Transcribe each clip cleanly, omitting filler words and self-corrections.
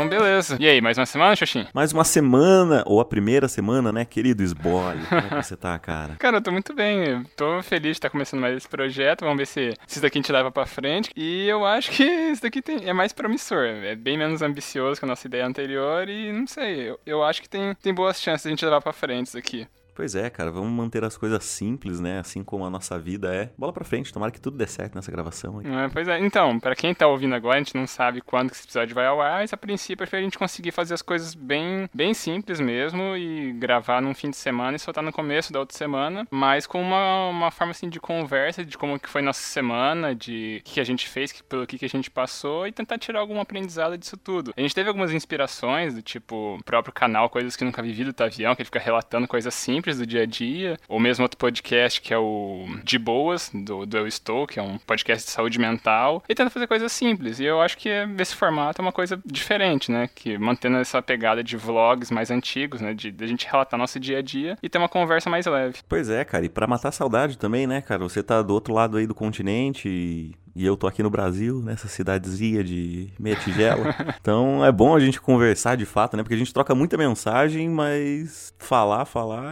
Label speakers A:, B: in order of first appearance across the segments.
A: Então, beleza. E aí, mais uma semana, Xoxin?
B: Mais uma semana, ou a primeira semana, né, querido Esbole? Como é que você tá, cara?
A: Cara, eu tô muito bem. Eu tô feliz de estar começando mais esse projeto. Vamos ver se isso daqui a gente leva pra frente. E eu acho que isso daqui é mais promissor. É bem menos ambicioso que a nossa ideia anterior. E não sei, eu acho que tem boas chances de a gente levar pra frente isso aqui.
B: Pois é, cara, vamos manter as coisas simples, né? Assim como a nossa vida é. Bola pra frente, tomara que tudo dê certo nessa gravação aí.
A: Pois é, então, pra quem tá ouvindo agora, a gente não sabe quando que esse episódio vai ao ar, mas a princípio é pra gente conseguir fazer as coisas bem simples mesmo e gravar num fim de semana e soltar no começo da outra semana, mas com uma forma assim de conversa, de como que foi nossa semana, de o que a gente fez, pelo que a gente passou e tentar tirar algum aprendizado disso tudo. A gente teve algumas inspirações, do tipo, o próprio canal Coisas que Nunca Vivi do Tavião, que ele fica relatando coisas simples do dia a dia, ou mesmo outro podcast que é o De Boas, do Eu Estou, que é um podcast de saúde mental, e tenta fazer coisas simples, e eu acho que esse formato é uma coisa diferente, né, que mantendo essa pegada de vlogs mais antigos, né, de a gente relatar nosso dia a dia e ter uma conversa mais leve.
B: Pois é, cara, e pra matar a saudade também, né, cara, você tá do outro lado aí do continente e eu tô aqui no Brasil, nessa cidadezinha de meia tigela. Então é bom a gente conversar de fato, né? Porque a gente troca muita mensagem, mas falar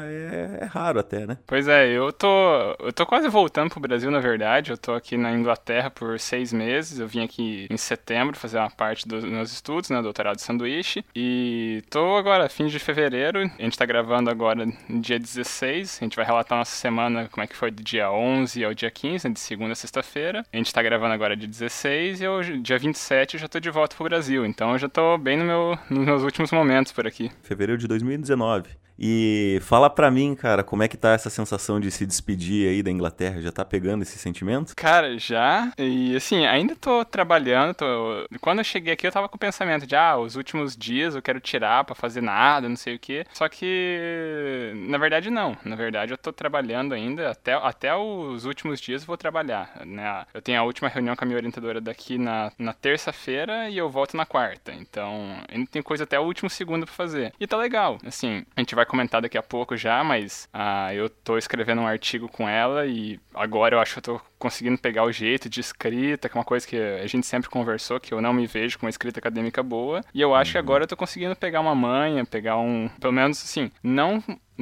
B: é raro até, né?
A: Pois é, eu tô quase voltando pro Brasil, na verdade. Eu tô aqui na Inglaterra por 6 meses. Eu vim aqui em setembro fazer uma parte dos meus estudos, né? Doutorado de sanduíche. E tô agora, fim de fevereiro. A gente tá gravando agora no dia 16. A gente vai relatar nossa semana, como é que foi do dia 11 ao dia 15, né? De segunda a sexta-feira. A gente tá gravando agora dia 16 e eu, dia 27 eu já tô de volta pro Brasil. Então eu já tô bem nos meus últimos momentos por aqui.
B: Fevereiro de 2019. E fala pra mim, cara, como é que tá essa sensação de se despedir aí da Inglaterra? Já tá pegando esse sentimento?
A: Cara, já. E assim, ainda tô trabalhando. Quando eu cheguei aqui, eu tava com o pensamento de, os últimos dias eu quero tirar pra fazer nada, não sei o quê. Só que, na verdade, não. Na verdade, eu tô trabalhando ainda. Até os últimos dias eu vou trabalhar, né? Eu tenho a última reunião com a minha orientadora daqui na terça-feira e eu volto na quarta. Então, ainda tem coisa até o último segundo pra fazer. E tá legal. Assim, a gente vai comentar daqui a pouco já, mas eu tô escrevendo um artigo com ela e agora eu acho que eu tô conseguindo pegar o jeito de escrita, que é uma coisa que a gente sempre conversou, que eu não me vejo com uma escrita acadêmica boa, e eu acho que agora eu tô conseguindo pegar uma manha, pelo menos assim, não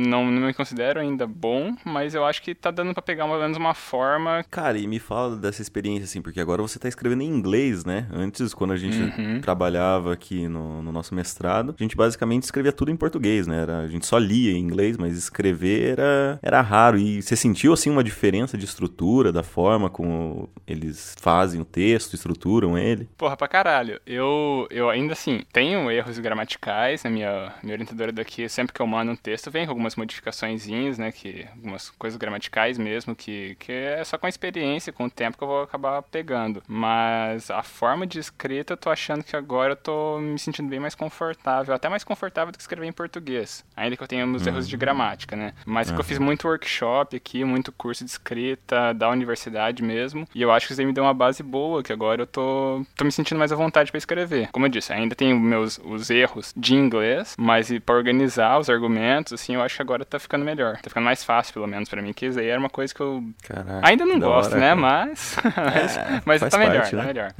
A: me considero ainda bom, mas eu acho que tá dando pra pegar pelo menos uma forma.
B: Cara, e me fala dessa experiência, assim, porque agora você tá escrevendo em inglês, né? Antes, quando a gente trabalhava aqui no nosso mestrado, a gente basicamente escrevia tudo em português, né? A gente só lia em inglês, mas escrever era raro. E você sentiu, assim, uma diferença de estrutura, da forma como eles fazem o texto, estruturam ele?
A: Porra, pra caralho. Eu ainda, assim, tenho erros gramaticais, né? Minha orientadora daqui, sempre que eu mando um texto, vem com algumas modificaçõezinhas, né, algumas coisas gramaticais mesmo, que é só com a experiência, com o tempo que eu vou acabar pegando. Mas a forma de escrita, eu tô achando que agora eu tô me sentindo bem mais confortável, até mais confortável do que escrever em português, ainda que eu tenha uns erros de gramática, né. Mas é que eu fiz muito workshop aqui, muito curso de escrita da universidade mesmo, e eu acho que isso aí me deu uma base boa, que agora eu tô me sentindo mais à vontade pra escrever. Como eu disse, ainda tenho os erros de inglês, mas pra organizar os argumentos, assim, eu acho que agora tá ficando melhor. Tá ficando mais fácil, pelo menos, pra mim, que isso aí era uma coisa que eu ainda não gosto, né? Mas tá melhor,
B: parte, né?
A: Tá melhor.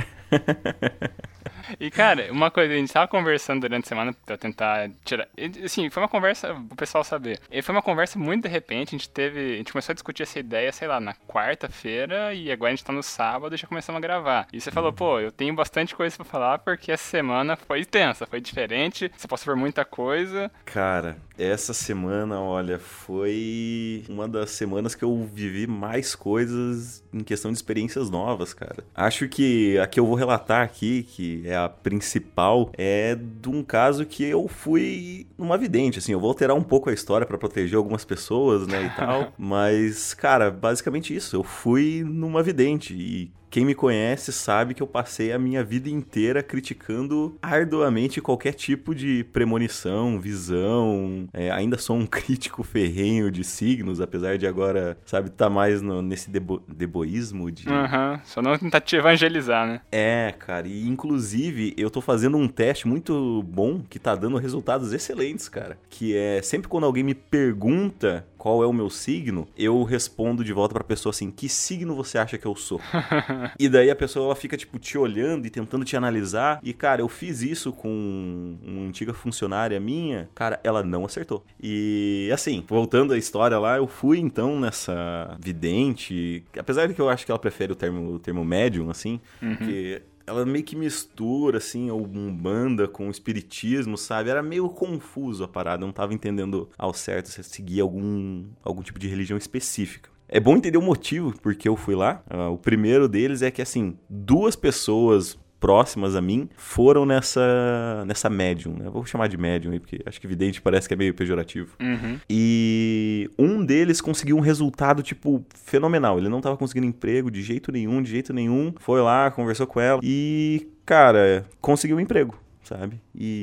A: E, cara, uma coisa, a gente tava conversando durante a semana pra tentar tirar... Assim, foi uma conversa, pro pessoal saber. E foi uma conversa muito de repente, a gente começou a discutir essa ideia, sei lá, na quarta-feira, e agora a gente tá no sábado e já começamos a gravar. E você falou, pô, eu tenho bastante coisa pra falar, porque essa semana foi tensa, foi diferente, você passou por muita coisa.
B: Cara, essa semana, olha, foi uma das semanas que eu vivi mais coisas em questão de experiências novas, cara. Acho que a que eu vou relatar aqui, que é a principal, é de um caso que eu fui numa vidente, assim, eu vou alterar um pouco a história pra proteger algumas pessoas, né, e tal, mas, cara, basicamente isso, eu fui numa vidente e quem me conhece sabe que eu passei a minha vida inteira criticando arduamente qualquer tipo de premonição, visão. Ainda sou um crítico ferrenho de signos, apesar de agora, sabe, tá mais nesse deboísmo de...
A: Só não tentar te evangelizar, né?
B: Cara, e inclusive eu tô fazendo um teste muito bom que tá dando resultados excelentes, cara. Que é sempre quando alguém me pergunta qual é o meu signo, eu respondo de volta pra pessoa assim, que signo você acha que eu sou? E daí a pessoa, ela fica, tipo, te olhando e tentando te analisar. E, cara, eu fiz isso com uma antiga funcionária minha, cara, ela não acertou. E, assim, voltando à história lá, eu fui, então, nessa vidente, apesar de que eu acho que ela prefere o termo médium, assim, que ela meio que mistura, assim, a Umbanda com o espiritismo, sabe? Era meio confuso a parada, eu não tava entendendo ao certo se eu seguia algum tipo de religião específica. É bom entender o motivo porque eu fui lá. O primeiro deles é que, assim, 2 pessoas próximas a mim foram nessa médium, né? Eu vou chamar de médium aí, porque acho que vidente parece que é meio pejorativo. E um deles conseguiu um resultado, tipo, fenomenal. Ele não tava conseguindo emprego de jeito nenhum. Foi lá, conversou com ela e, cara, conseguiu um emprego, sabe?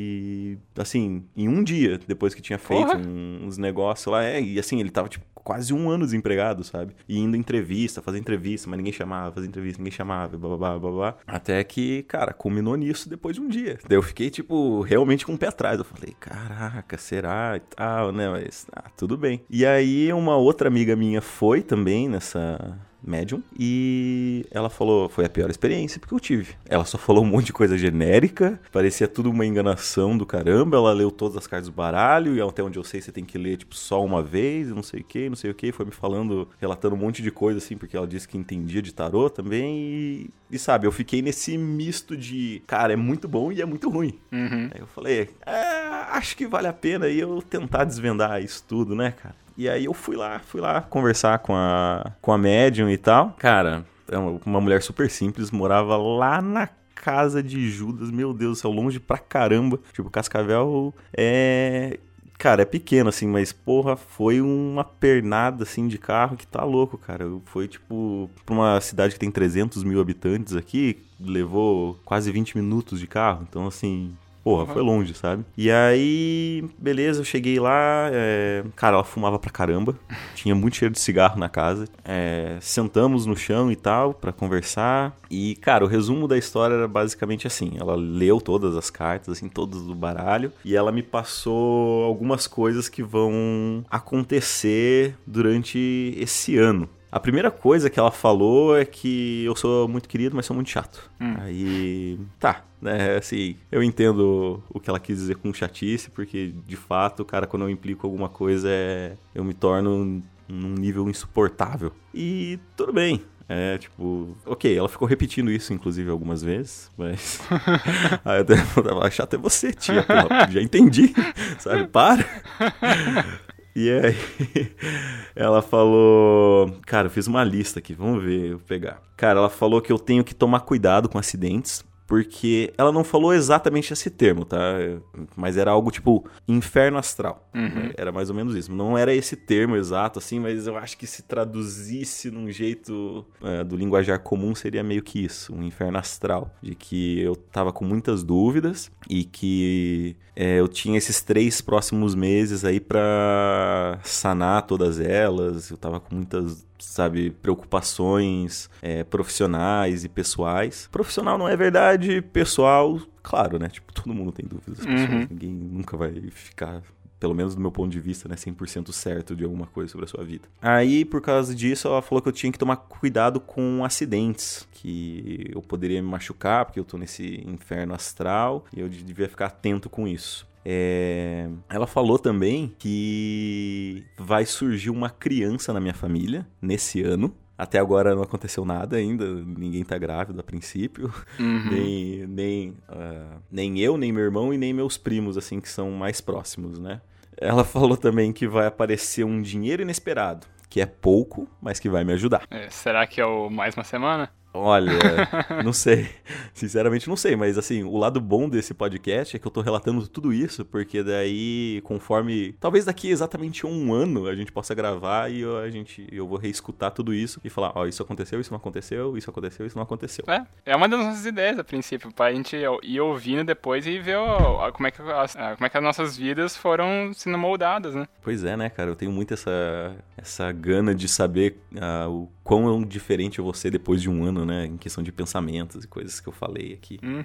B: E, assim, em um dia, depois que tinha feito uns negócios lá, e assim, ele tava, tipo, quase 1 ano desempregado, sabe? E indo fazer entrevista, mas ninguém chamava, blá, blá, blá. Até que, cara, culminou nisso depois de um dia. Daí eu fiquei, tipo, realmente com o pé atrás. Eu falei, caraca, será? E tal, né? Mas, tudo bem. E aí, uma outra amiga minha foi também nessa médium, e ela falou, foi a pior experiência que eu tive. Ela só falou um monte de coisa genérica, parecia tudo uma enganação do caramba. Ela leu todas as cartas do baralho, e até onde eu sei você tem que ler, tipo, só uma vez, não sei o que, foi me falando, relatando um monte de coisa, assim, porque ela disse que entendia de tarô também, e sabe, eu fiquei nesse misto de, cara, é muito bom e é muito ruim. Aí eu falei, acho que vale a pena eu tentar desvendar isso tudo, né, cara? E aí eu fui lá conversar com a médium e tal. Cara, é uma mulher super simples, morava lá na casa de Judas, meu Deus do céu, longe pra caramba. Tipo, Cascavel cara, é pequeno, assim, mas, porra, foi uma pernada, assim, de carro que tá louco, cara. Foi, tipo, pra uma cidade que tem 300 mil habitantes aqui, levou quase 20 minutos de carro. Então, assim, porra, foi longe, sabe? E aí, beleza, eu cheguei lá, cara, ela fumava pra caramba, tinha muito cheiro de cigarro na casa, sentamos no chão e tal, pra conversar, e, cara, o resumo da história era basicamente assim, ela leu todas as cartas, assim, todas do baralho, e ela me passou algumas coisas que vão acontecer durante esse ano. A primeira coisa que ela falou é que eu sou muito querido, mas sou muito chato. Aí, tá, né, assim, eu entendo o que ela quis dizer com chatice, porque, de fato, cara, quando eu implico alguma coisa, eu me torno num nível insuportável. E tudo bem. Tipo, ok, ela ficou repetindo isso, inclusive, algumas vezes, mas... Aí eu até falava, chato é você, tia, porra, já entendi, sabe, para... E aí, ela falou... Cara, eu fiz uma lista aqui, vamos ver, eu vou pegar. Cara, ela falou que eu tenho que tomar cuidado com acidentes, porque ela não falou exatamente esse termo, tá? Mas era algo tipo inferno astral. Era mais ou menos isso. Não era esse termo exato, assim, mas eu acho que se traduzisse num jeito do linguajar comum seria meio que isso, um inferno astral. De que eu tava com muitas dúvidas e que eu tinha esses 3 próximos meses aí pra sanar todas elas. Eu tava com muitas, sabe, preocupações profissionais e pessoais. Profissional não é verdade, pessoal, claro, né? Tipo, todo mundo tem dúvidas pessoais. Ninguém nunca vai ficar, pelo menos do meu ponto de vista, né, 100% certo de alguma coisa sobre a sua vida. Aí, por causa disso, ela falou que eu tinha que tomar cuidado com acidentes, que eu poderia me machucar, porque eu tô nesse inferno astral, e eu devia ficar atento com isso. Ela falou também que vai surgir uma criança na minha família nesse ano. Até agora não aconteceu nada ainda, ninguém tá grávido a princípio. Nem eu, nem meu irmão e nem meus primos, assim, que são mais próximos, né? Ela falou também que vai aparecer um dinheiro inesperado, que é pouco, mas que vai me ajudar.
A: Será que é o mais uma semana?
B: Olha, não sei. Sinceramente não sei, mas assim, o lado bom desse podcast é que eu tô relatando tudo isso, porque daí, conforme... Talvez daqui exatamente 1 ano a gente possa gravar e eu vou reescutar tudo isso e falar, isso aconteceu, isso não aconteceu, isso aconteceu, isso não aconteceu.
A: É uma das nossas ideias, a princípio, pra gente ir ouvindo depois e ver como é que as nossas vidas foram sendo moldadas, né?
B: Pois é, né, cara? Eu tenho muito essa gana de saber o quão diferente eu vou ser depois de 1 ano, né? Em questão de pensamentos e coisas que eu falei aqui.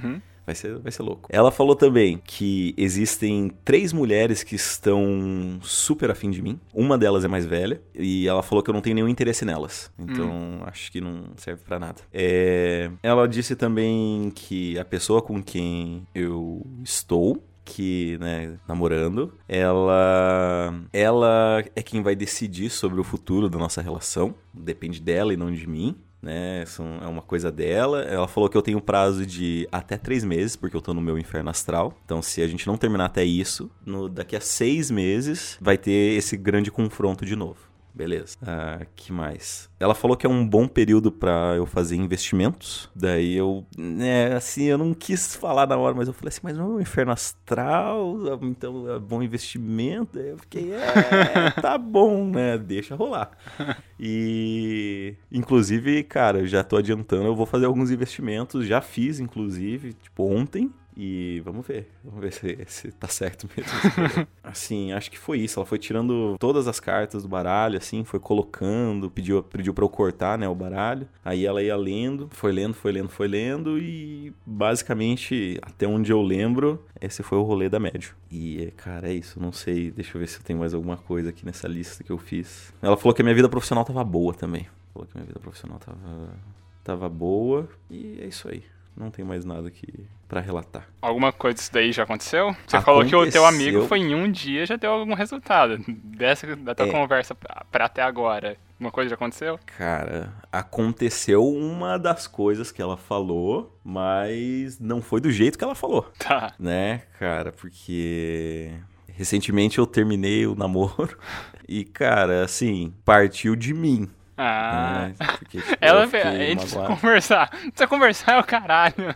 B: Vai ser louco. Ela falou também que existem 3 mulheres que estão super afim de mim. Uma delas é mais velha. E ela falou que eu não tenho nenhum interesse nelas. Então, acho que não serve pra nada. Ela disse também que a pessoa com quem eu estou, que, né, namorando, ela é quem vai decidir sobre o futuro da nossa relação. Depende dela e não de mim, né? Isso é uma coisa dela. Ela falou que eu tenho prazo de até 3 meses, porque eu tô no meu inferno astral. Então, se a gente não terminar até isso, daqui a 6 meses vai ter esse grande confronto de novo. Beleza. Que mais? Ela falou que é um bom período pra eu fazer investimentos. Daí eu, assim, eu não quis falar na hora, mas eu falei assim, mas não é um inferno astral, então é bom investimento. Daí eu fiquei, tá bom, né? Deixa rolar. E, inclusive, cara, eu já tô adiantando, eu vou fazer alguns investimentos, já fiz, inclusive, tipo, ontem. E vamos ver se tá certo mesmo. Assim, acho que foi isso. Ela foi tirando todas as cartas do baralho, assim, foi colocando, pediu pra eu cortar, né, o baralho. Aí ela ia lendo, foi lendo e basicamente, até onde eu lembro, esse foi o rolê da médium. E, cara, é isso, não sei, deixa eu ver se eu tenho mais alguma coisa aqui nessa lista que eu fiz. Ela falou que a minha vida profissional tava boa também. Falou que a minha vida profissional tava boa e é isso aí. Não tem mais nada aqui pra relatar.
A: Alguma coisa disso daí já aconteceu? Você falou que o teu amigo foi em um dia já deu algum resultado. Da tua conversa pra até agora. Uma coisa já aconteceu?
B: Cara, aconteceu uma das coisas que ela falou, mas não foi do jeito que ela falou.
A: Tá.
B: Né, cara, porque recentemente eu terminei o namoro e, cara, assim, partiu de mim.
A: Porque, tipo, ela fez, a gente precisa conversar é o caralho.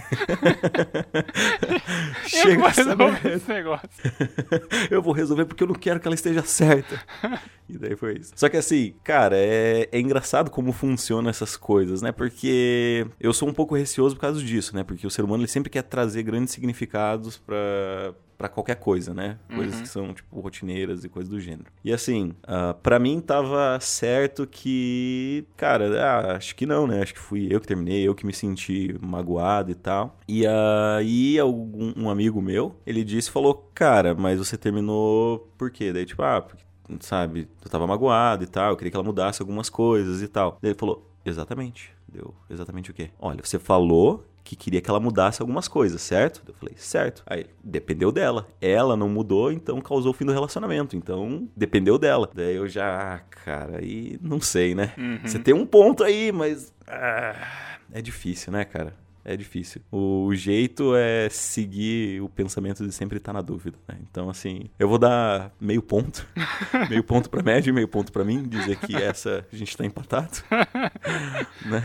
B: Chega, eu vou resolver esse negócio. Eu vou resolver porque eu não quero que ela esteja certa. E daí foi isso. Só que assim, cara, é engraçado como funcionam essas coisas, né? Porque eu sou um pouco receoso por causa disso, né? Porque o ser humano ele sempre quer trazer grandes significados pra qualquer coisa, né? Coisas que são, tipo, rotineiras e coisas do gênero. E assim, pra mim tava certo que, cara, acho que não, né? Acho que fui eu que terminei, eu que me senti magoado e tal. E aí um amigo meu, ele falou, cara, mas você terminou por quê? Daí tipo, porque, sabe, eu tava magoado e tal, eu queria que ela mudasse algumas coisas e tal. Daí ele falou, exatamente. Deu exatamente o quê? Olha, você falou que queria que ela mudasse algumas coisas, certo? Eu falei, certo. Aí, dependeu dela. Ela não mudou, então causou o fim do relacionamento. Então, dependeu dela. Daí eu já, cara, aí não sei, né? Você tem um ponto aí, mas é difícil, né, cara? É difícil. O jeito é seguir o pensamento de sempre estar na dúvida, né? Então, assim, eu vou dar meio ponto. Meio ponto pra média e meio ponto pra mim. Dizer que essa a gente tá empatado. Né?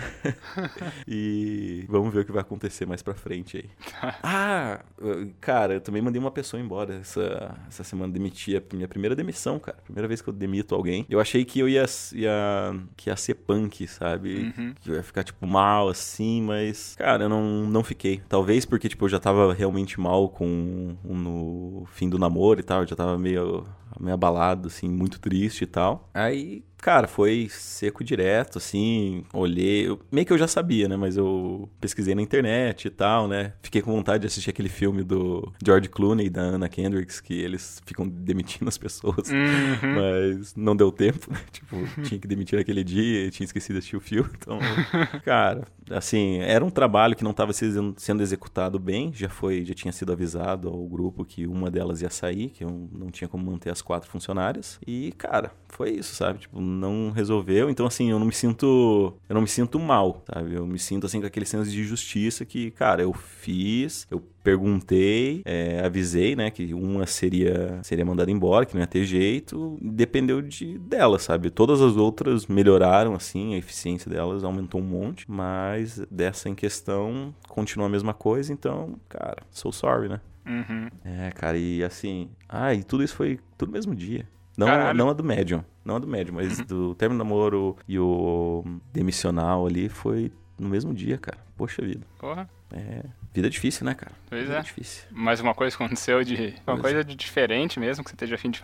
B: E vamos ver o que vai acontecer mais pra frente aí. Cara, eu também mandei uma pessoa embora essa semana. Demiti a minha primeira demissão, cara. Primeira vez que eu demito alguém. Eu achei que eu ia ser punk, sabe? Que eu ia ficar, tipo, mal, assim, mas, cara, eu não fiquei. Talvez porque, tipo, eu já tava realmente mal no fim do namoro e tal. Eu já tava meio abalado, assim, muito triste e tal. Aí, cara, foi seco direto, assim, olhei, meio que eu já sabia, né, mas eu pesquisei na internet e tal, né, fiquei com vontade de assistir aquele filme do George Clooney e da Anna Kendrick, que eles ficam demitindo as pessoas, mas não deu tempo, né, tipo, tinha que demitir naquele dia, eu tinha esquecido de assistir o filme, então, cara, assim, era um trabalho que não estava sendo executado bem, já tinha sido avisado ao grupo que uma delas ia sair, que eu não tinha como manter as 4 funcionárias, e, cara, foi isso, sabe, tipo, não resolveu, então assim, eu não me sinto mal, sabe, eu me sinto assim com aquele senso de justiça que, cara, eu perguntei, avisei, né, que uma seria mandada embora, que não ia ter jeito, dependeu dela, sabe, todas as outras melhoraram, assim, a eficiência delas aumentou um monte, mas dessa em questão continua a mesma coisa, então, cara, so sorry, né. Cara, e assim, e tudo isso foi tudo no mesmo dia. Não a do médium, mas do término do namoro e o demissional ali foi no mesmo dia, cara. Poxa vida.
A: Porra.
B: Vida difícil, né, cara?
A: Pois
B: vida
A: é.
B: Difícil.
A: Mais uma coisa aconteceu uma coisa de diferente mesmo que você esteja a fim de falar?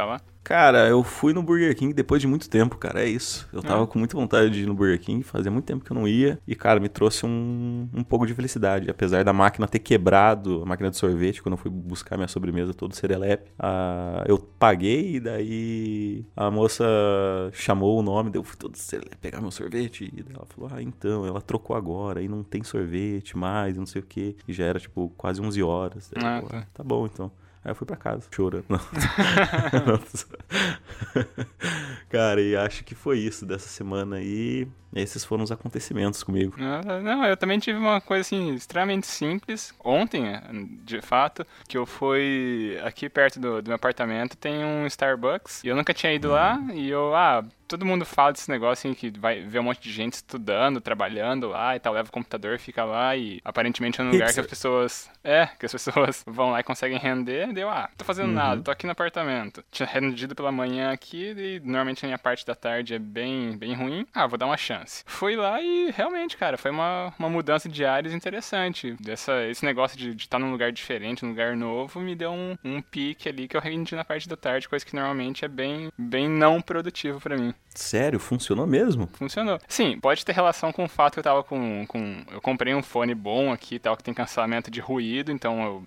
B: Cara, eu fui no Burger King depois de muito tempo, cara, é isso. Eu tava com muita vontade de ir no Burger King, fazia muito tempo que eu não ia. E, cara, me trouxe um pouco de felicidade. Apesar da máquina ter quebrado, a máquina de sorvete, quando eu fui buscar minha sobremesa todo serelepe, eu paguei e daí a moça chamou o nome, daí eu fui todo serelepe pegar meu sorvete. E daí ela falou, então, ela trocou agora, e não tem sorvete mais, não sei o quê. E já era, tipo, quase 11 horas. Daí eu, tá bom, então. Aí eu fui pra casa, chorando. Cara, e acho que foi isso dessa semana aí. Esses foram os acontecimentos comigo.
A: Não, eu também tive uma coisa assim, extremamente simples. Ontem, de fato, que eu fui aqui perto do meu apartamento, tem um Starbucks. E eu nunca tinha ido lá. E todo mundo fala desse negócio assim, que vai ver um monte de gente estudando, trabalhando lá e tal, leva o computador, fica lá e aparentemente é um lugar que as pessoas vão lá e conseguem render. Deu, tô fazendo nada, tô aqui no apartamento. Tinha rendido pela manhã aqui e normalmente a minha parte da tarde é bem, bem ruim. Vou dar uma chance. Fui lá e realmente, cara, foi uma mudança de áreas interessante. Esse negócio de estar num lugar diferente, num lugar novo, me deu um pique ali que eu rendi na parte da tarde, coisa que normalmente é bem, bem não produtivo pra mim.
B: Sério? Funcionou mesmo?
A: Funcionou. Sim, pode ter relação com o fato que eu tava eu comprei um fone bom aqui e tal, que tem cancelamento de ruído, então eu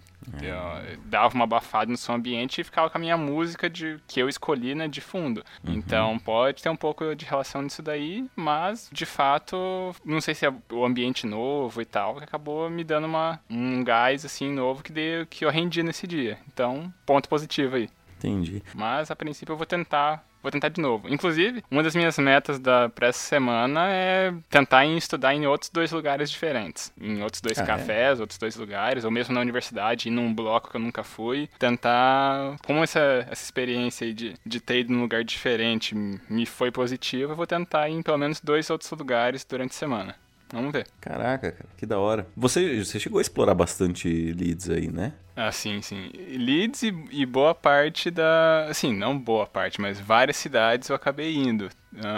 A: dava uma abafada no som ambiente e ficava com a minha música que eu escolhi, né, de fundo. Então pode ter um pouco de relação nisso daí, mas de fato, não sei se é o ambiente novo e tal, que acabou me dando um gás assim novo que eu rendi nesse dia. Então, ponto positivo aí.
B: Entendi.
A: Mas a princípio eu vou tentar de novo. Inclusive, uma das minhas metas pra essa semana é tentar estudar em outros 2 lugares diferentes. Em outros 2 cafés, outros 2 lugares, ou mesmo na universidade, ir num bloco que eu nunca fui. Tentar, como essa experiência aí de ter ido num lugar diferente me foi positiva, eu vou tentar ir em pelo menos 2 outros lugares durante a semana. Vamos ver.
B: Caraca, cara, que da hora. Você chegou a explorar bastante Leeds aí, né?
A: Sim. Leeds e boa parte assim, não boa parte, mas várias cidades eu acabei indo.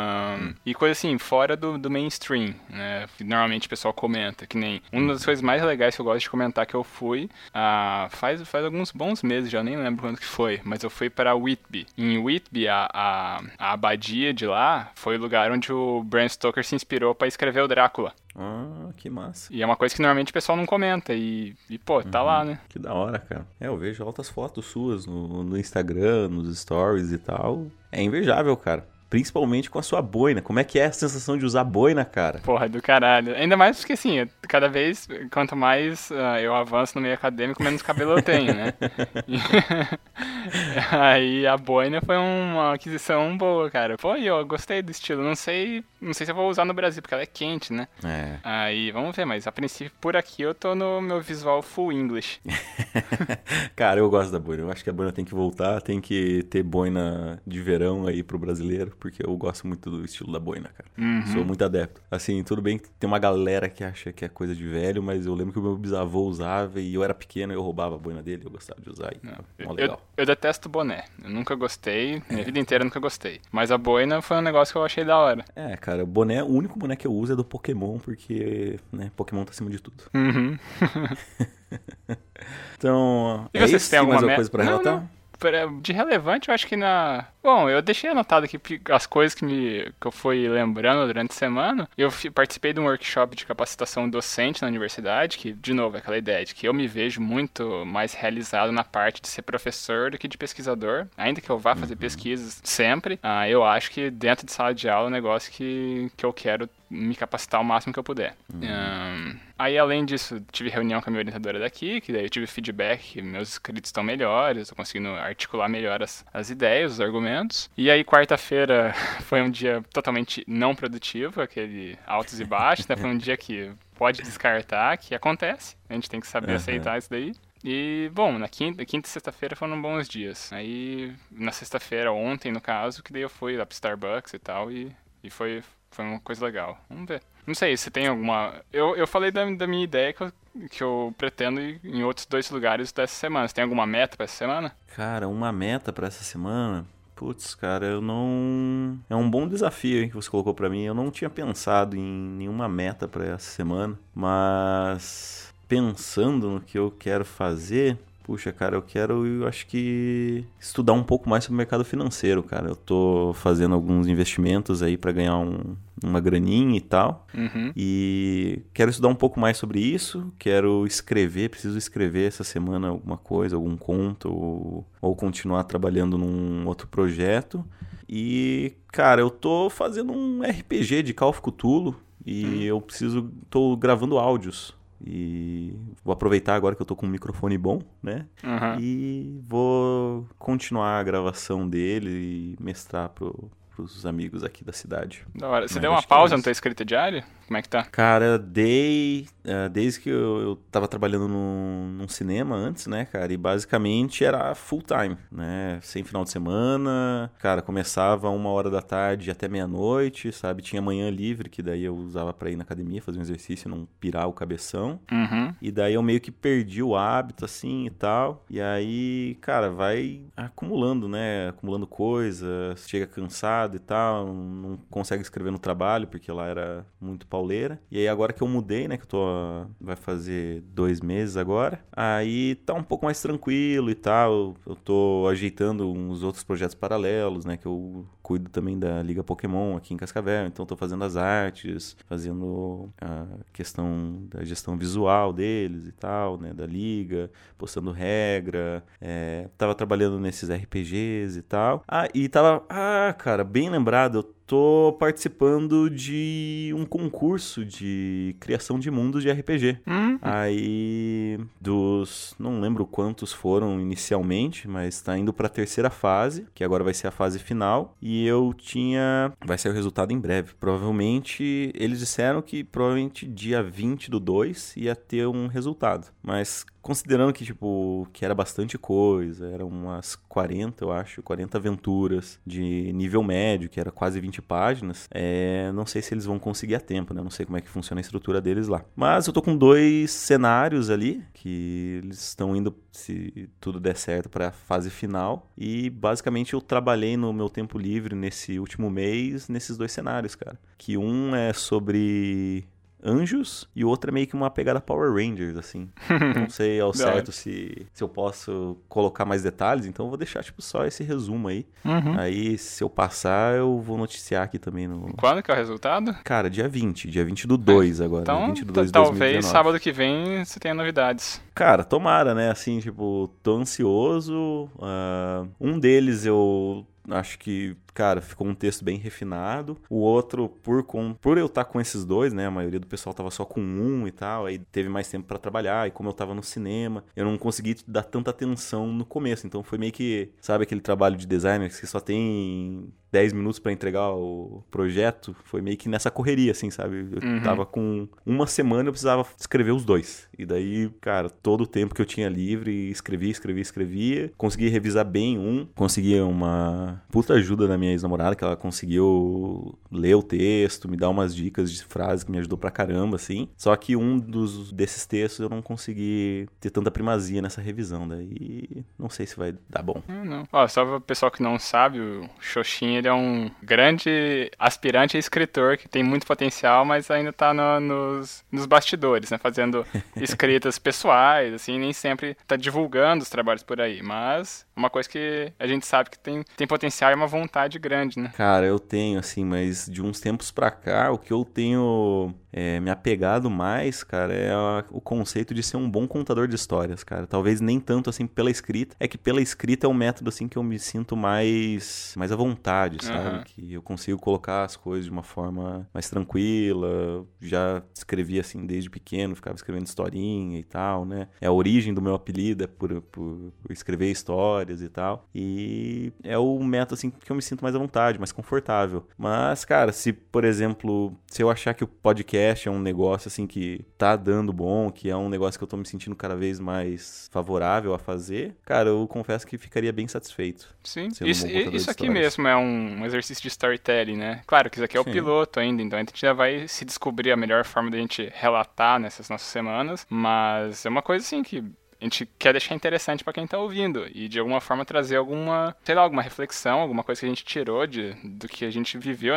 A: E coisa assim, fora do mainstream, né? Normalmente o pessoal comenta, que nem uma das coisas mais legais que eu gosto de comentar que eu fui, faz alguns bons meses, já nem lembro quando que foi, mas eu fui para Whitby. Em Whitby, a abadia de lá foi o lugar onde o Bram Stoker se inspirou para escrever o Drácula.
B: Que massa.
A: E é uma coisa que normalmente o pessoal não comenta. Pô, tá lá, né?
B: Que da hora, cara. Eu vejo altas fotos suas no Instagram, nos stories e tal. É invejável, cara. Principalmente com a sua boina. Como é que é a sensação de usar boina, cara?
A: Porra, do caralho. Ainda mais porque, assim, cada vez, quanto mais eu avanço no meio acadêmico, menos cabelo eu tenho, né? Aí a boina foi uma aquisição boa, cara. Pô, eu gostei do estilo. Não sei se eu vou usar no Brasil, porque ela é quente, né? Aí, vamos ver, mas a princípio, por aqui, eu tô no meu visual full English.
B: Cara, eu gosto da boina. Eu acho que a boina tem que voltar, tem que ter boina de verão aí pro brasileiro, porque eu gosto muito do estilo da boina, cara. Sou muito adepto. Assim, tudo bem que tem uma galera que acha que é coisa de velho, mas eu lembro que o meu bisavô usava e eu era pequeno e eu roubava a boina dele, eu gostava de usar.
A: Eu detesto boné. Eu nunca gostei, minha vida inteira eu nunca gostei. Mas a boina foi um negócio que eu achei da hora.
B: Cara, o único boné que eu uso é do Pokémon, porque, né, Pokémon tá acima de tudo. Então,
A: e você tem alguma
B: coisa pra relatar?
A: Não. De relevante, eu acho que Bom, eu deixei anotado aqui as coisas que eu fui lembrando durante a semana. Eu participei de um workshop de capacitação docente na universidade, que, de novo, é aquela ideia de que eu me vejo muito mais realizado na parte de ser professor do que de pesquisador. Ainda que eu vá fazer pesquisas sempre, eu acho que dentro de sala de aula é um negócio que eu quero me capacitar o máximo que eu puder. Aí, além disso, tive reunião com a minha orientadora daqui, que daí eu tive feedback que meus escritos estão melhores, eu tô conseguindo articular melhor as ideias, os argumentos. E aí, quarta-feira foi um dia totalmente não produtivo, aquele altos e baixos, né? Foi um dia que pode descartar, que acontece, a gente tem que saber aceitar isso daí. E, bom, na quinta e sexta-feira foram bons dias. Aí, na sexta-feira, ontem, no caso, que daí eu fui lá pro Starbucks e tal, e foi uma coisa legal. Vamos ver. Não sei, se tem alguma... Eu falei da minha ideia que eu pretendo ir em outros 2 lugares dessa semana. Você tem alguma meta pra essa semana?
B: Cara, uma meta pra essa semana... Putz, cara, eu não... É um bom desafio que você colocou pra mim. Eu não tinha pensado em nenhuma meta pra essa semana. Mas... pensando no que eu quero fazer... Puxa, cara, eu acho que estudar um pouco mais sobre o mercado financeiro, cara. Eu tô fazendo alguns investimentos aí pra ganhar uma graninha e tal.
A: Uhum.
B: E quero estudar um pouco mais sobre isso. Quero escrever, preciso escrever essa semana alguma coisa, algum conto, ou continuar trabalhando num outro projeto. E, cara, eu tô fazendo um RPG de Call of Cthulhu e tô gravando áudios. E vou aproveitar agora que eu tô com um microfone bom, né?
A: Uhum.
B: E vou continuar a gravação dele e mestrar pros amigos aqui da cidade.
A: Da hora. Você
B: Mas
A: deu uma
B: acho que é
A: pausa na
B: isso.
A: tua escrita diária? Como é que tá?
B: Cara, desde que eu tava trabalhando num cinema antes, né, cara, e basicamente era full time, né, sem final de semana, cara, começava 1h da tarde até meia-noite, sabe, tinha manhã livre, que daí eu usava pra ir na academia, fazer um exercício e não pirar o cabeção,
A: Uhum.
B: e daí eu meio que perdi o hábito, assim, e tal, e aí, cara, vai acumulando, né, acumulando coisas, chega cansado e tal, não consegue escrever no trabalho, porque lá era muito pauleira. E aí agora que eu mudei, né, que vai fazer 2 meses agora, aí tá um pouco mais tranquilo e tal, eu tô ajeitando uns outros projetos paralelos, né, que eu cuido também da Liga Pokémon aqui em Cascavel, então tô fazendo as artes, fazendo a questão da gestão visual deles e tal, né, da Liga, postando regra, tava trabalhando nesses RPGs e tal. Cara, bem lembrado, eu tô participando de um concurso de criação de mundos de RPG. Aí, não lembro quantos foram inicialmente, mas tá indo pra terceira fase, que agora vai ser a fase final, e vai ser o resultado em breve. Provavelmente, eles disseram que provavelmente dia 20/2 ia ter um resultado, mas considerando que, tipo, que era bastante coisa, eram umas 40, eu acho, 40 aventuras de nível médio, que era quase 20 páginas, não sei se eles vão conseguir a tempo, né? Não sei como é que funciona a estrutura deles lá. Mas eu tô com 2 cenários ali, que eles estão indo, se tudo der certo, pra fase final. E, basicamente, eu trabalhei no meu tempo livre nesse último mês, nesses 2 cenários, cara. Que um é sobre anjos e o outro é meio que uma pegada Power Rangers, assim. Não sei ao certo se eu posso colocar mais detalhes, então eu vou deixar, tipo, só esse resumo aí.
A: Uhum.
B: Aí, se eu passar, eu vou noticiar aqui também no...
A: Quando que é o resultado?
B: Cara, dia 20/2 agora,
A: Então,
B: dia 20/2 de
A: talvez
B: 2019.
A: sábado que vem você tenha novidades.
B: Cara, tomara, né? Assim, tipo, tô ansioso. Um deles eu acho que, cara, ficou um texto bem refinado. O outro, por eu estar com esses 2, né? A maioria do pessoal tava só com um e tal. Aí teve mais tempo pra trabalhar. E como eu tava no cinema, eu não consegui dar tanta atenção no começo. Então foi meio que, sabe, aquele trabalho de designer que só tem 10 minutos pra entregar o projeto. Foi meio que nessa correria, assim, sabe? Eu tava com uma semana, eu precisava escrever os 2. E daí, cara, todo o tempo que eu tinha livre, escrevia. Consegui revisar bem consegui uma puta ajuda da minha ex-namorada, que ela conseguiu ler o texto, me dar umas dicas de frases que me ajudou pra caramba, assim. Só que desses textos eu não consegui ter tanta primazia nessa revisão, daí não sei se vai dar bom.
A: Não. Ó, só para o pessoal que não sabe, o Xoxin, ele é um grande aspirante a escritor que tem muito potencial, mas ainda tá nos bastidores, né? Fazendo escritas pessoais, assim, nem sempre tá divulgando os trabalhos por aí. Mas uma coisa que a gente sabe que tem potencial e uma vontade grande, né?
B: Cara, eu tenho, assim, mas de uns tempos pra cá, o que eu tenho me apegado mais, cara, é o conceito de ser um bom contador de histórias, cara. Talvez nem tanto, assim, pela escrita. É que pela escrita é um método, assim, que eu me sinto mais à vontade, sabe? Que eu consigo colocar as coisas de uma forma mais tranquila. Já escrevi, assim, desde pequeno, ficava escrevendo historinha e tal, né? A origem do meu apelido é por escrever histórias e tal. E é o método, assim, que eu me sinto mais à vontade, mais confortável. Mas, cara, por exemplo, se eu achar que o podcast é um negócio, assim, que tá dando bom, que é um negócio que eu tô me sentindo cada vez mais favorável a fazer, cara, eu confesso que ficaria bem satisfeito.
A: Sim, isso aqui mesmo é um exercício de storytelling, né? Claro que isso aqui é o piloto ainda, então a gente já vai se descobrir a melhor forma da gente relatar nessas nossas semanas, mas é uma coisa, assim, que a gente quer deixar interessante pra quem tá ouvindo e de alguma forma trazer alguma reflexão, alguma coisa que a gente tirou do que a gente viveu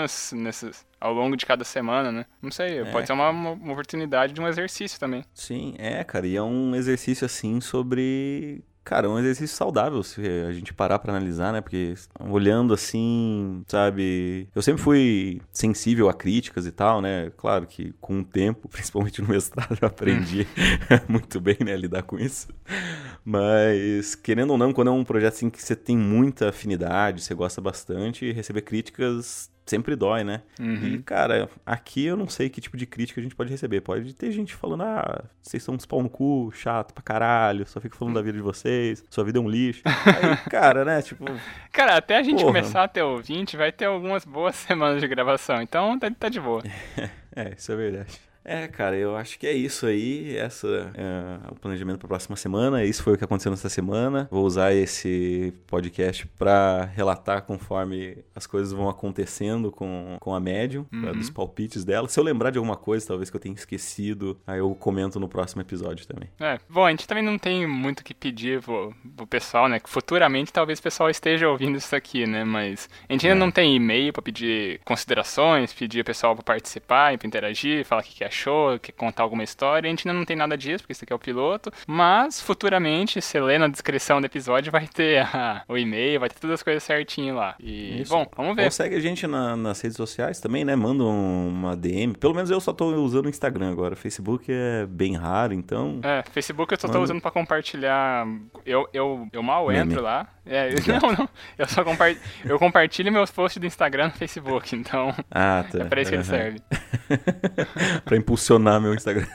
A: ao longo de cada semana, né? Não sei, pode ser uma oportunidade de um exercício também.
B: Sim, cara, e é um exercício, assim, sobre Cara, é um exercício saudável se a gente parar pra analisar, né? Porque olhando assim, sabe... Eu sempre fui sensível a críticas e tal, né? Claro que com o tempo, principalmente no mestrado, eu aprendi muito bem, né? Lidar com isso. Mas, querendo ou não, quando é um projeto assim que você tem muita afinidade, você gosta bastante, receber críticas sempre dói, né? E, cara, aqui eu não sei que tipo de crítica a gente pode receber. Pode ter gente falando, vocês são uns pau no cu, chato pra caralho, só fico falando da vida de vocês, sua vida é um lixo. Aí, cara, né, tipo...
A: Cara, até a gente começar a ter ouvinte, vai ter algumas boas semanas de gravação, então tá de boa.
B: Isso é verdade. Cara, eu acho que é isso aí. Essa é o planejamento para a próxima semana. Isso foi o que aconteceu nessa semana. Vou usar esse podcast para relatar conforme as coisas vão acontecendo com a Medium, dos palpites dela. Se eu lembrar de alguma coisa, talvez que eu tenha esquecido, aí eu comento no próximo episódio também.
A: Bom, a gente também não tem muito o que pedir pro pessoal, né? Que futuramente talvez o pessoal esteja ouvindo isso aqui, né? Mas a gente ainda não tem e-mail para pedir considerações, pedir o pessoal para participar, para interagir, falar o que achou, quer contar alguma história. A gente ainda não tem nada disso, porque isso aqui é o piloto, mas futuramente, se ler na descrição do episódio, vai ter o e-mail, vai ter todas as coisas certinho lá. E,
B: isso.
A: Bom, vamos ver.
B: Segue a gente nas redes sociais também, né? Manda uma DM. Pelo menos eu só tô usando o Instagram agora. Facebook é bem raro, então...
A: Facebook eu só tô usando pra compartilhar. Eu mal entro lá. Não. Eu compartilho meus posts do Instagram no Facebook, então
B: tá.
A: É pra isso que ele serve.
B: Pra impulsionar meu Instagram.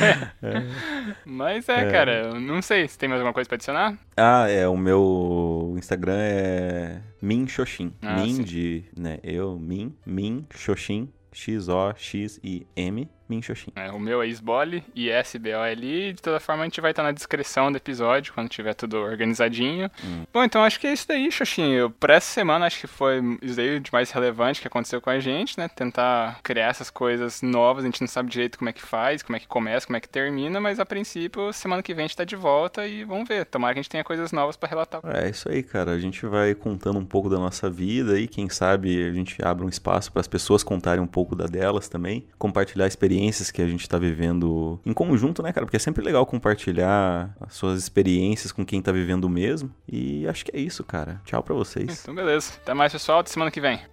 A: Mas cara, eu não sei se tem mais alguma coisa pra adicionar.
B: O meu Instagram é Min-Xoxin. Min de, né, Min-Xoxin, Xoxim, Min-Xoxin.
A: O meu é Isbole, ISBOLI. De toda forma, a gente vai estar na descrição do episódio, quando tiver tudo organizadinho. Bom, então acho que é isso daí, Xoxin. Pra essa semana, acho que foi isso daí de mais relevante que aconteceu com a gente, né? Tentar criar essas coisas novas. A gente não sabe direito como é que faz, como é que começa, como é que termina, mas a princípio, semana que vem a gente tá de volta e vamos ver. Tomara que a gente tenha coisas novas pra relatar.
B: É isso aí, cara. A gente vai contando um pouco da nossa vida e quem sabe a gente abre um espaço para as pessoas contarem um pouco da delas também, compartilhar experiências que a gente tá vivendo em conjunto, né, cara? Porque é sempre legal compartilhar as suas experiências com quem tá vivendo o mesmo. E acho que é isso, cara. Tchau pra vocês.
A: Então, beleza. Até mais, pessoal. Até semana que vem.